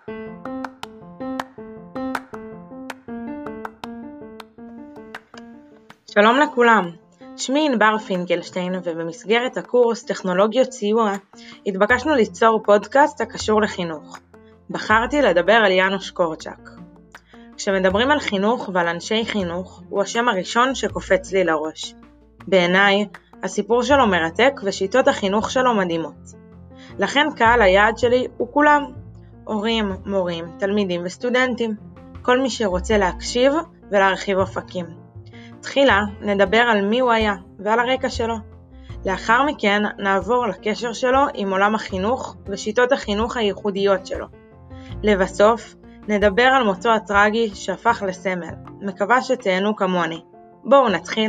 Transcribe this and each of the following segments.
שלום לכולם, שמי ענבר פינקלשטיין ובמסגרת הקורס טכנולוגיות סיוע התבקשנו ליצור פודקאסט הקשור לחינוך. בחרתי לדבר על יאנוש קורצ'אק. כשמדברים על חינוך ועל אנשי חינוך הוא השם הראשון שקופץ לי לראש. בעיניי הסיפור שלו מרתק ושיטות החינוך שלו מדהימות. לכן קהל היעד שלי הוא כולם, הורים, מורים, תלמידים וסטודנטים, כל מי שרוצה להקשיב ולהרחיב אופקים. תחילה נדבר על מי הוא היה ועל הרקע שלו. לאחר מכן נעבור לקשר שלו עם עולם החינוך ושיטות החינוך הייחודיות שלו. לבסוף נדבר על מותו הטרגי שהפך לסמל. מקווה שתהנו כמוני. בואו נתחיל.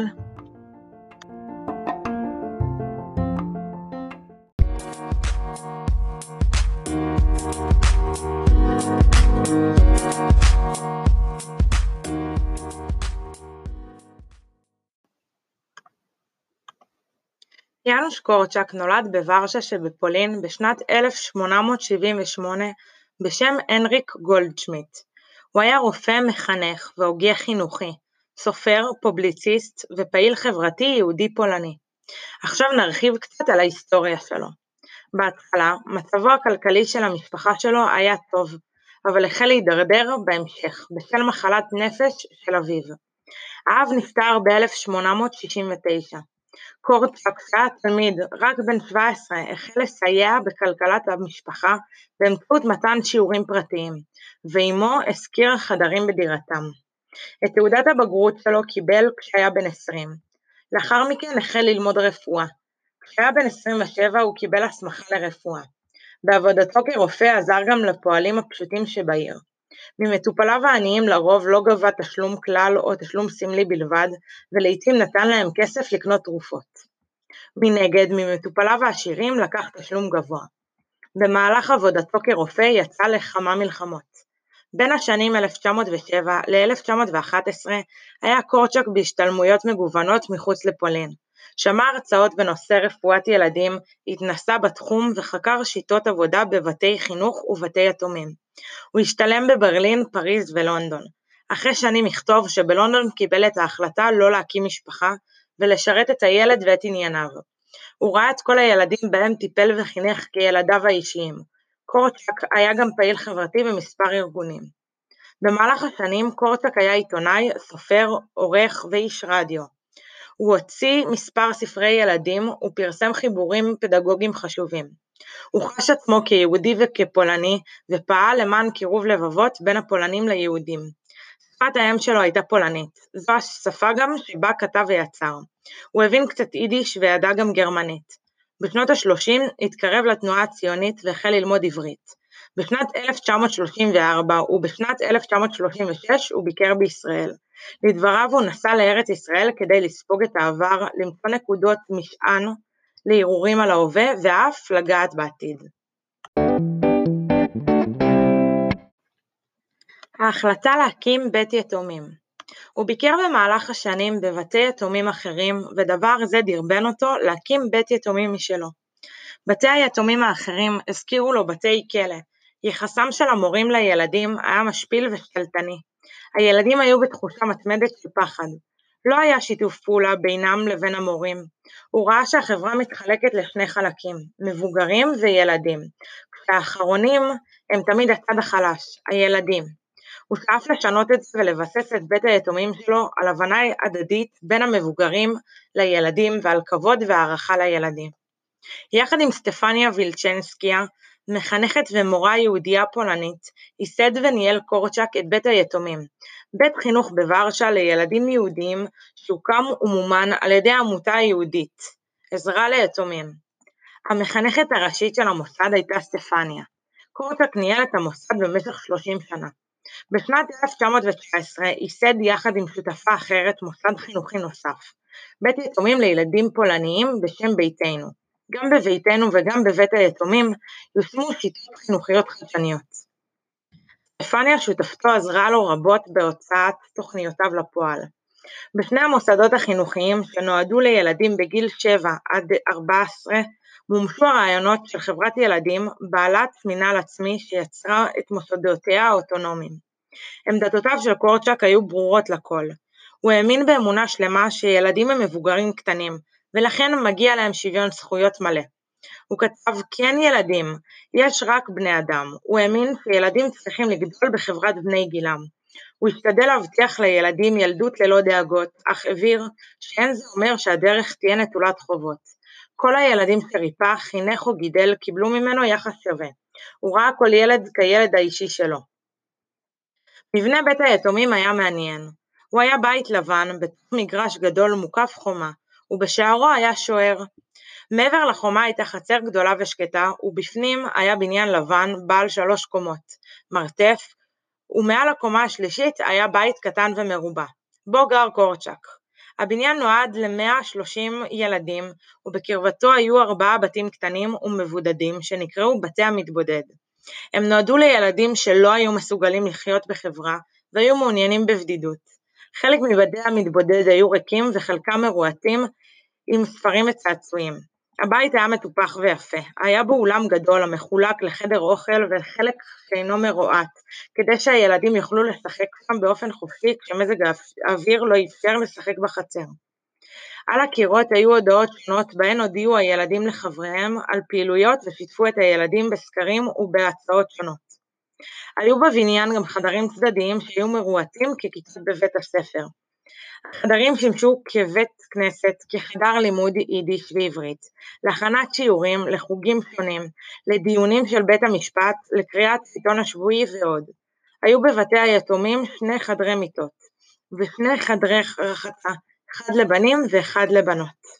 יאנוש קורצ'אק נולד בוורשה שבפולין בשנת 1878 בשם הנריק גולדשמיט. הוא היה רופא מחנך והוגה חינוכי, סופר, פובליציסט ופעיל חברתי יהודי פולני. עכשיו נרחיב קצת על ההיסטוריה שלו. בהתחלה מצבו הכלכלי של המשפחה שלו היה טוב, אבל החל להידרדר בהמשך בשל מחלת נפש של אביו. האב נפטר ב-1869. קורצ'אק שהיה תלמיד רק בן 17 החל לסייע בכלכלת המשפחה באמצעות מתן שיעורים פרטיים, ואימו הזכיר חדרים בדירתם. את תעודת הבגרות שלו קיבל כשהיה בן 20. לאחר מכן החל ללמוד רפואה. כשהיה בן 27 הוא קיבל הסמכה לרפואה. בעבודתו כרופא עזר גם לפועלים הפשוטים שבעיר. ממטופליו העניים לרוב לא גבה תשלום כלל או תשלום סמלי בלבד, ולעיתים נתן להם כסף לקנות תרופות. מנגד, ממטופליו העשירים לקח תשלום גבוה. במהלך עבודתו כרופא יצא לכמה מלחמות. בין השנים 1907 ל-1911 היה קורצ'אק בהשתלמויות מגוונות מחוץ לפולין. שמע הרצאות בנושא רפואת ילדים, התנסה בתחום וחקר שיטות עבודה בבתי חינוך ובתי יתומים. הוא השתלם בברלין, פריז ולונדון. אחרי שנים יכתוב שבלונדון קיבל את ההחלטה לא להקים משפחה ולשרת את הילד ואת ענייניו. הוא ראה את כל הילדים בהם טיפל וחינך כילדיו האישיים. קורצ'אק היה גם פעיל חברתי במספר ארגונים. במהלך השנים קורצ'אק היה עיתונאי, סופר, עורך ואיש רדיו. הוא הוציא מספר ספרי ילדים ופרסם חיבורים פדגוגיים חשובים. הוא חש עצמו כיהודי וכפולני ופעל למען קירוב לבבות בין הפולנים ליהודים. שפת האם שלו הייתה פולנית, זו השפה גם שבה כתב ויצר. הוא הבין קצת יידיש וידע גם גרמנית. בשנות ה-30 התקרב לתנועה הציונית והחל ללמוד עברית. בשנת 1934 ובשנת 1936 הוא ביקר בישראל. לדבריו הוא נסע לארץ ישראל כדי לספוג את העבר, למצוא נקודות משען להרהורים על ההווה ואף לגעת בעתיד. ההחלטה להקים בית יתומים. הוא ביקר במהלך השנים בבתי יתומים אחרים, ודבר זה דרבן אותו להקים בית יתומים משלו. בתי היתומים האחרים הזכירו לו בתי כלא. יחסם של המורים לילדים היה משפיל ושתלטני. הילדים היו בתחושה מתמדת של פחד. לא היה שיתוף פעולה בינם לבין המורים. הוא ראה שהחברה מתחלקת לשני חלקים, מבוגרים וילדים. כשהאחרונים הם תמיד הצד החלש, הילדים. הוא שאף לשנות את זה ולבסס את בית היתומים שלו על הבנה הדדית בין המבוגרים לילדים ועל כבוד והערכה לילדים. יחד עם סטפניה וילצ'נסקיה, מחנכת ומורה יהודייה פולנית, ייסד וניהל קורצ'אק את בית היתומים, בית חינוך בוורשה לילדים יהודיים שהוקם ומומן על ידי העמותה היהודית, עזרה ליתומים. המחנכת הראשית של המוסד הייתה סטפניה. קורצ'אק ניהל את המוסד במשך 30 שנה. בשנת 1919 ייסד יחד עם שותפה אחרת מוסד חינוכי נוסף, בית יתומים לילדים פולניים בשם ביתנו. גם בביתנו וגם בבית היתומים יושמו שיטות חינוכיות חדשניות. סטפניה שותפתו עזרה לו רבות בהוצאת תוכניותיו לפועל. בשני המוסדות החינוכיים שנועדו לילדים בגיל 7 עד 14 מומשו הרעיונות של חברת ילדים בעלת מינהל עצמי שיצרה את מוסדותיה האוטונומיים. עמדותיו של קורצ'אק היו ברורות לכל. הוא האמין באמונה שלמה שילדים הם מבוגרים קטנים, ולכן מגיע להם שוויון זכויות מלא. הוא כתב, כן ילדים, יש רק בני אדם. הוא האמין שילדים צריכים לגדול בחברת בני גילם. הוא השתדל להבטיח לילדים ילדות ללא דאגות, אך הבהיר שאין זה אומר שהדרך תהיה נטולת חובות. כל הילדים שריפא, חינך או גידל קיבלו ממנו יחס שווה. הוא ראה כל ילד כילד האישי שלו. מבנה בית היתומים היה מעניין. הוא היה בית לבן בתוך מגרש גדול מוקף חומה, ובשערו היה שוער. מעבר לחומה הייתה חצר גדולה ושקטה, ובפנים היה בניין לבן בעל 3 קומות, מרתף, ומעל הקומה השלישית היה בית קטן ומרובע, בו גר קורצ'אק. הבניין נועד ל-130 ילדים, ובקרבתו היו 4 בתים קטנים ומבודדים שנקראו בתי המתבודד. הם נועדו לילדים שלא היו מסוגלים לחיות בחברה, והיו מעוניינים בבדידות. חלק מבתי המתבודד היו ריקים וחלקם מרועטים עם ספרים וצעצועים. הבית היה מטופח ויפה, היה בו אולם גדול המחולק לחדר אוכל וחלק שאינו מרועט, כדי שהילדים יוכלו לשחק שם באופן חופשי כשמזג האוויר לא אפשר לשחק בחצר. על הקירות היו הודעות שונות בהן הודיעו הילדים לחבריהם על פעילויות ושיתפו את הילדים בסקרים ובהצעות שונות. היו בבניין גם חדרים צדדיים שהיו מרועטים ככיתות בבית הספר. החדרים שימשו כבית כנסת, כחדר לימוד יידיש ועברית, להכנת שיעורים, לחוגים שונים, לדיונים של בית המשפט, לקריאת עיתון השבועי ועוד. היו בבתי היתומים 2 חדרי מיטות, ו2 חדרי רחצה, אחד לבנים ואחד לבנות.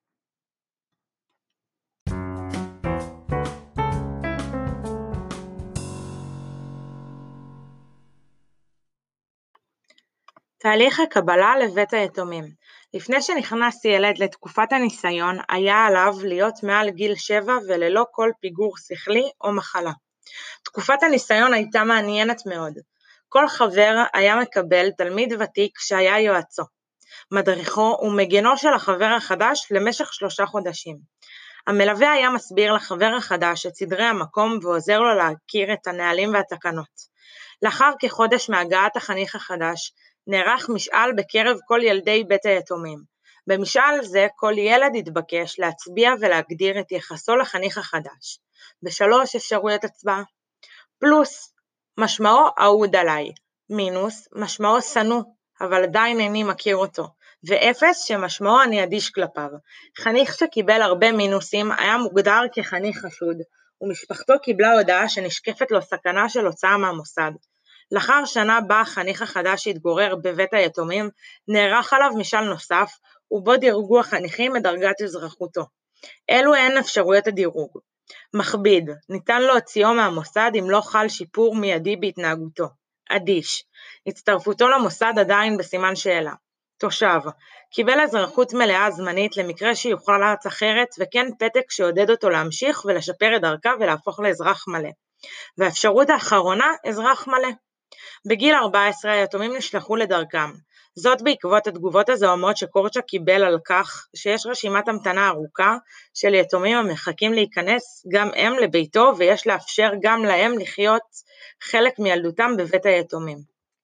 תהליך הקבלה לבית היתומים. לפני שנכנס ילד לתקופת הניסיון, היה עליו להיות מעל גיל 7 וללא כל פיגור שכלי או מחלה. תקופת הניסיון הייתה מעניינת מאוד. כל חבר היה מקבל תלמיד ותיק שהיה יועצו, מדריכו ומגנו של החבר החדש למשך 3 חודשים. המלווה היה מסביר לחבר החדש את סדרי המקום ועוזר לו להכיר את הנהלים והתקנות. לאחר כחודש מהגעת החניך החדש, נערך משאל בקרב כל ילדי בית היתומים. במשאל זה כל ילד התבקש להצביע ולהגדיר את יחסו לחניך החדש. ב3 אפשרויות הצבעה. פלוס, משמעו אהוד עליי. מינוס, משמעו שנוא, אבל עדיין איני מכיר אותו. ואפס, שמשמעו אני אדיש כלפיו. חניך שקיבל הרבה מינוסים היה מוגדר כחניך חשוד, ומשפחתו קיבלה הודעה שנשקפת לו סכנה של הוצאה מהמוסד. לאחר שנה בה החניך החדש שהתגורר בבית היתומים, נערך עליו משאל נוסף, ובו דירגו החניכים את דרגת אזרחותו. אלו הן אפשרויות הדירוג. מכביד, ניתן להוציאו מהמוסד אם לא חל שיפור מיידי בהתנהגותו. אדיש, הצטרפותו למוסד עדיין בסימן שאלה. תושב, קיבל אזרחות מלאה זמנית למקרה שיוכל לארץ אחרת, וכן פתק שעודד אותו להמשיך ולשפר את דרכה ולהפוך לאזרח מלא. והאפשרות האחרונה, אזרח מלא. בגיל 14 היתומים נשלחו לדרכם, זאת בעקבות התגובות הזוהמות שקורצ'אק קיבל על כך שיש רשימת המתנה ארוכה של יתומים המחכים להיכנס גם הם לביתו, ויש לאפשר גם להם לחיות חלק מילדותם בבית היתומים.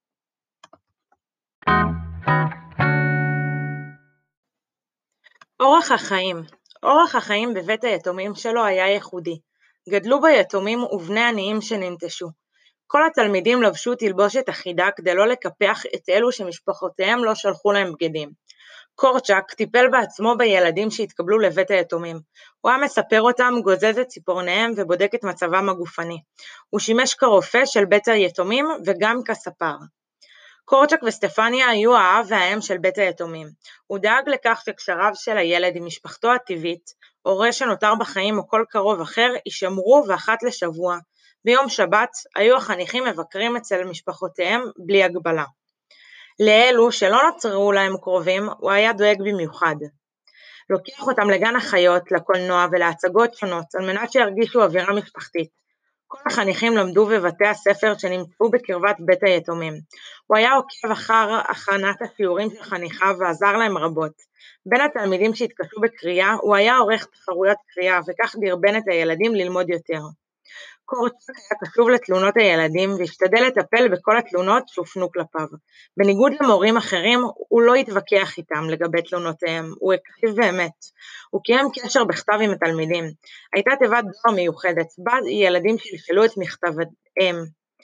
אורח החיים בבית היתומים שלו היה ייחודי. גדלו בו יתומים ובני עניים שננטשו. כל התלמידים לבשו תלבושת אחידה כדי לא לקפח את אלו שמשפחותיהם לא שלחו להם בגדים. קורצ'אק טיפל בעצמו בילדים שהתקבלו לבית היתומים. הוא היה מספר אותם, גוזז את ציפורניהם ובודק את מצבם הגופני. הוא שימש כרופא של בית היתומים וגם כספר. קורצ'אק וסטפניה היו האב והאם של בית היתומים. הוא דאג לכך שקשריו של הילד עם משפחתו הטבעית, הורה שנותר בחיים או כל קרוב אחר, יישמרו ואחת לשבוע. ביום שבת היו החניכים מבקרים אצל משפחותיהם בלי הגבלה. לאלו שלא נוצרו להם קרובים, הוא היה דואג במיוחד. לוקח אותם לגן החיות, לקולנוע ולהצגות שונות, על מנת שירגישו אווירה משפחתית. כל החניכים למדו בבתי הספר שנמצאו בקרבת בית היתומים. הוא היה עוקב אחר הכנת השיעורים של חניכיו ועזר להם רבות. בין התלמידים שהתקשו בקריאה, הוא היה עורך תחרויות קריאה, וכך דרבן את הילדים ללמוד יותר. קורצ'אק היה קשוב לתלונות הילדים, והשתדל לטפל בכל התלונות שהופנו כלפיו. בניגוד למורים אחרים, הוא לא התווכח איתם לגבי תלונותיהם, הוא הקשיב באמת. הוא קיים קשר בכתב עם התלמידים. הייתה תיבת דואר מיוחדת, בה ילדים שלשלו את מכתביהם,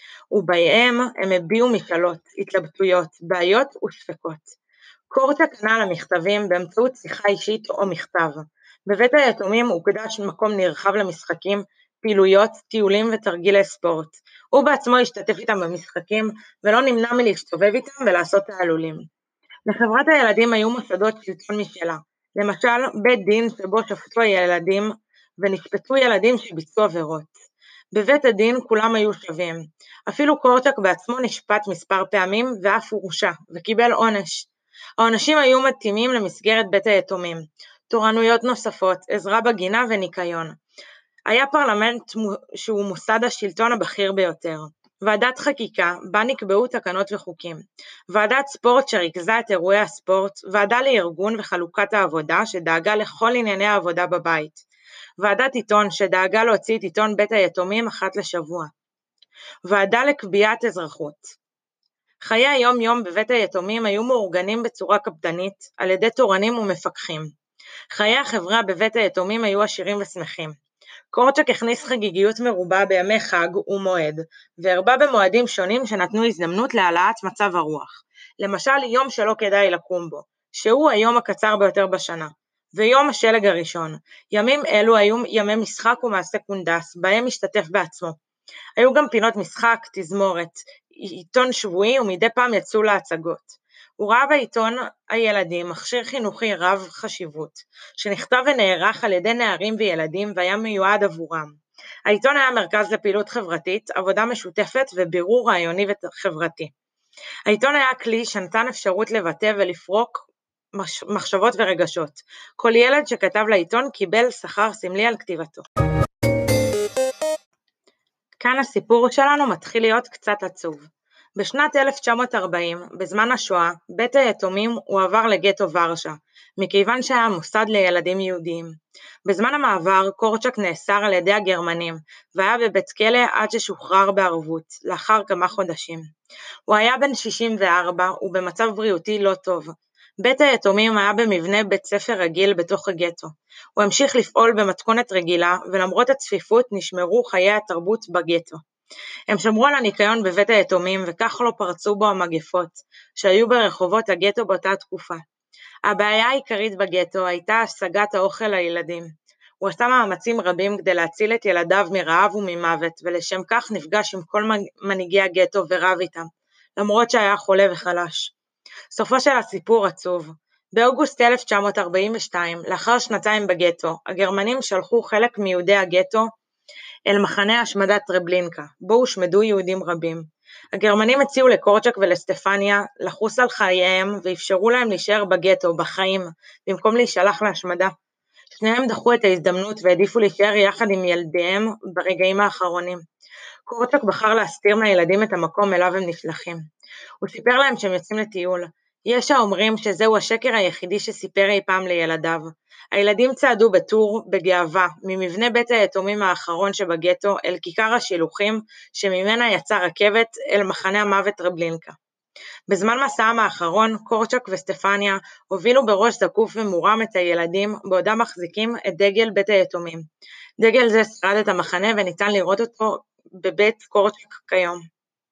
ובהם הם הביעו משאלות, התלבטויות, בעיות וספקות. קורצ'אק ענה למכתבים באמצעות שיחה אישית או מכתב. בבית היתומים הוקדש מקום נרחב למשחקים, פעילויות, טיולים ותרגילי ספורט. הוא בעצמו השתתף איתם במשחקים, ולא נמנע מלהסתובב איתם ולעשות תעלולים. לחברת הילדים היו מוסדות שלטון משלה, למשל בית דין שבו שפטו ילדים ונשפטו ילדים שביצעו עבירות. בבית הדין כולם היו שווים. אפילו קורצ'אק בעצמו נשפט מספר פעמים ואף הורשע וקיבל עונש. העונשים היו מתאימים למסגרת בית היתומים, תורנויות נוספות, עזרה בגינה וניקיון. היה פרלמנט שהוא מוסד השלטון הבכיר ביותר. ועדת חקיקה, בה נקבעו תקנות וחוקים. ועדת ספורט שריכזה את אירועי הספורט, ועדה לארגון וחלוקת העבודה שדאגה לכל ענייני העבודה בבית. ועדת עיתון שדאגה להוציא את עיתון בית היתומים אחת לשבוע. ועדה לקביעת אזרחות. חיי היום-יום בבית היתומים היו מאורגנים בצורה קפדנית על ידי תורנים ומפקחים. חיי החברה בבית היתומים היו עשירים ושמחים. קורצ'אק הכניס חגיגיות מרובה בימי חג ומועד, והרבה במועדים שונים שנתנו הזדמנות להעלאת מצב הרוח. למשל יום שלא כדאי לקום בו, שהוא היום הקצר ביותר בשנה, ויום השלג הראשון. ימים אלו היו ימי משחק ומעשה קונדס, בהם השתתף בעצמו. היו גם פינות משחק, תזמורת, עיתון שבועי ומדי פעם יצאו להצגות. הוא ראה בעיתון הילדים מכשיר חינוכי רב חשיבות, שנכתב ונערך על ידי נערים וילדים והיה מיועד עבורם. העיתון היה מרכז לפעילות חברתית, עבודה משותפת ובירור רעיוני וחברתי. העיתון היה כלי שנתן אפשרות לבטא ולפרוק מחשבות ורגשות. כל ילד שכתב לעיתון קיבל שכר סמלי על כתיבתו. כאן הסיפור שלנו מתחיל להיות קצת עצוב. בשנת 1940, בזמן השואה, בית היתומים הועבר לגטו ורשה, מכיוון שהיה מוסד לילדים יהודיים. בזמן המעבר, קורצ'אק נאסר על ידי הגרמנים, והיה בבית כלא עד ששוחרר בערבות, לאחר כמה חודשים. הוא היה בן 64 ובמצב בריאותי לא טוב. בית היתומים היה במבנה בית ספר רגיל בתוך הגטו. הוא המשיך לפעול במתכונת רגילה, ולמרות הצפיפות נשמרו חיי התרבות בגטו. הם שמרו על הניקיון בבית היתומים, וכך לא פרצו בו המגפות, שהיו ברחובות הגטו באותה תקופה. הבעיה העיקרית בגטו הייתה השגת האוכל לילדים. הוא עשה מאמצים רבים כדי להציל את ילדיו מרעב וממוות, ולשם כך נפגש עם כל מנהיגי הגטו ורב איתם, למרות שהיה חולה וחלש. סופו של הסיפור עצוב. באוגוסט 1942, לאחר שנתיים בגטו, הגרמנים שלחו חלק מיהודי הגטו אל מחנה השמדת טרבלינקה, בו הושמדו יהודים רבים. הגרמנים הציעו לקורצ'אק ולסטפניה לחוס על חייהם ואפשרו להם להישאר בגטו, בחיים, במקום להישלח להשמדה. שניהם דחו את ההזדמנות והעדיפו להישאר יחד עם ילדיהם ברגעים האחרונים. קורצ'אק בחר להסתיר מהילדים את המקום אליו הם נשלחים. הוא סיפר להם שהם יוצאים לטיול. יש האומרים שזהו השקר היחידי שסיפר אי פעם לילדיו. הילדים צעדו בטור בגאווה ממבנה בית היתומים האחרון שבגטו אל כיכר השילוחים שממנה יצא רכבת אל מחנה המוות טרבלינקה. בזמן מסעם האחרון קורצ'אק וסטפניה הובילו בראש זקוף ומורם את הילדים בעודם מחזיקים את דגל בית היתומים. דגל זה שרד את המחנה וניתן לראות אותו בבית קורצ'אק כיום.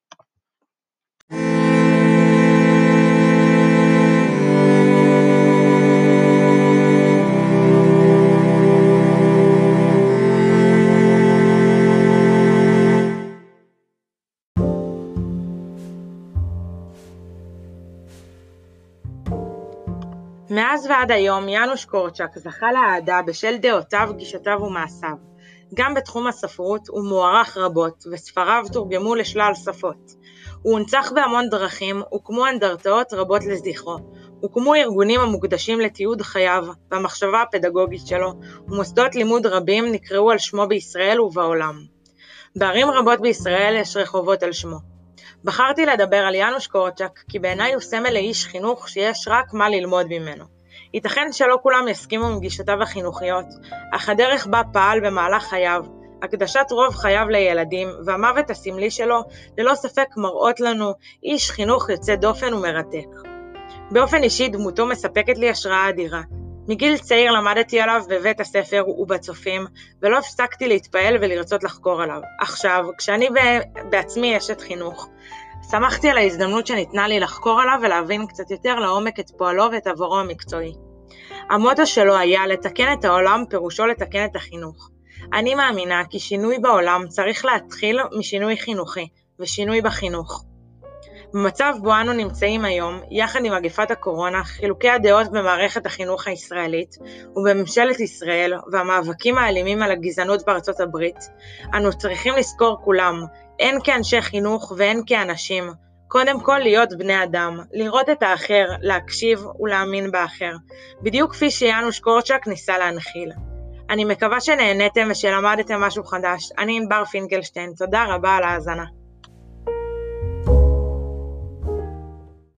מאז ועד היום יאנוש קורצ'אק זכה לאהדה בשל דעותיו, גישותיו ומעשיו. גם בתחום הספרות הוא מוערך רבות וספריו תורגמו לשלל שפות. הוא הונצח בהמון דרכים, הוקמו אנדרטאות רבות לזכרו. הוקמו ארגונים המוקדשים לתיעוד חייו והמחשבה הפדגוגית שלו, ומוסדות לימוד רבים נקראו על שמו בישראל ובעולם. בערים רבות בישראל יש רחובות על שמו. בחרתי לדבר על יאנוש קורצ'אק כי בעיניי הוא סמל לאיש חינוך שיש רק מה ללמוד ממנו. ייתכן שלא כולם יסכימו עם גישותיו החינוכיות, אך הדרך בה פעל במהלך חייו, הקדשת רוב חייו לילדים והמוות הסמלי שלו ללא ספק מראות לנו איש חינוך יוצא דופן ומרתק. באופן אישי דמותו מספקת לי השראה אדירה. מגיל צעיר למדתי עליו בבית הספר ובצופים, ולא הפסקתי להתפעל ולרצות לחקור עליו. עכשיו, כשאני בעצמי אשת חינוך, שמחתי על ההזדמנות שניתנה לי לחקור עליו ולהבין קצת יותר לעומק את פועלו ואת עברו המקצועי. המוטו שלו היה לתקן את העולם פירושו לתקן את החינוך. אני מאמינה כי שינוי בעולם צריך להתחיל משינוי חינוכי ושינוי בחינוך. במצב בו אנו נמצאים היום, יחד עם מגפת הקורונה, חילוקי הדעות במערכת החינוך הישראלית ובממשלת ישראל והמאבקים האלימים על הגזענות בארצות הברית, אנו צריכים לזכור כולם, הן כאנשי חינוך והן כאנשים, קודם כל להיות בני אדם, לראות את האחר, להקשיב ולהאמין באחר, בדיוק כפי שיאנוש קורצ'אק ניסה להנחיל. אני מקווה שנהניתם ושלמדתם משהו חדש. אני ענבר פינקלשטיין, תודה רבה על ההאזנה.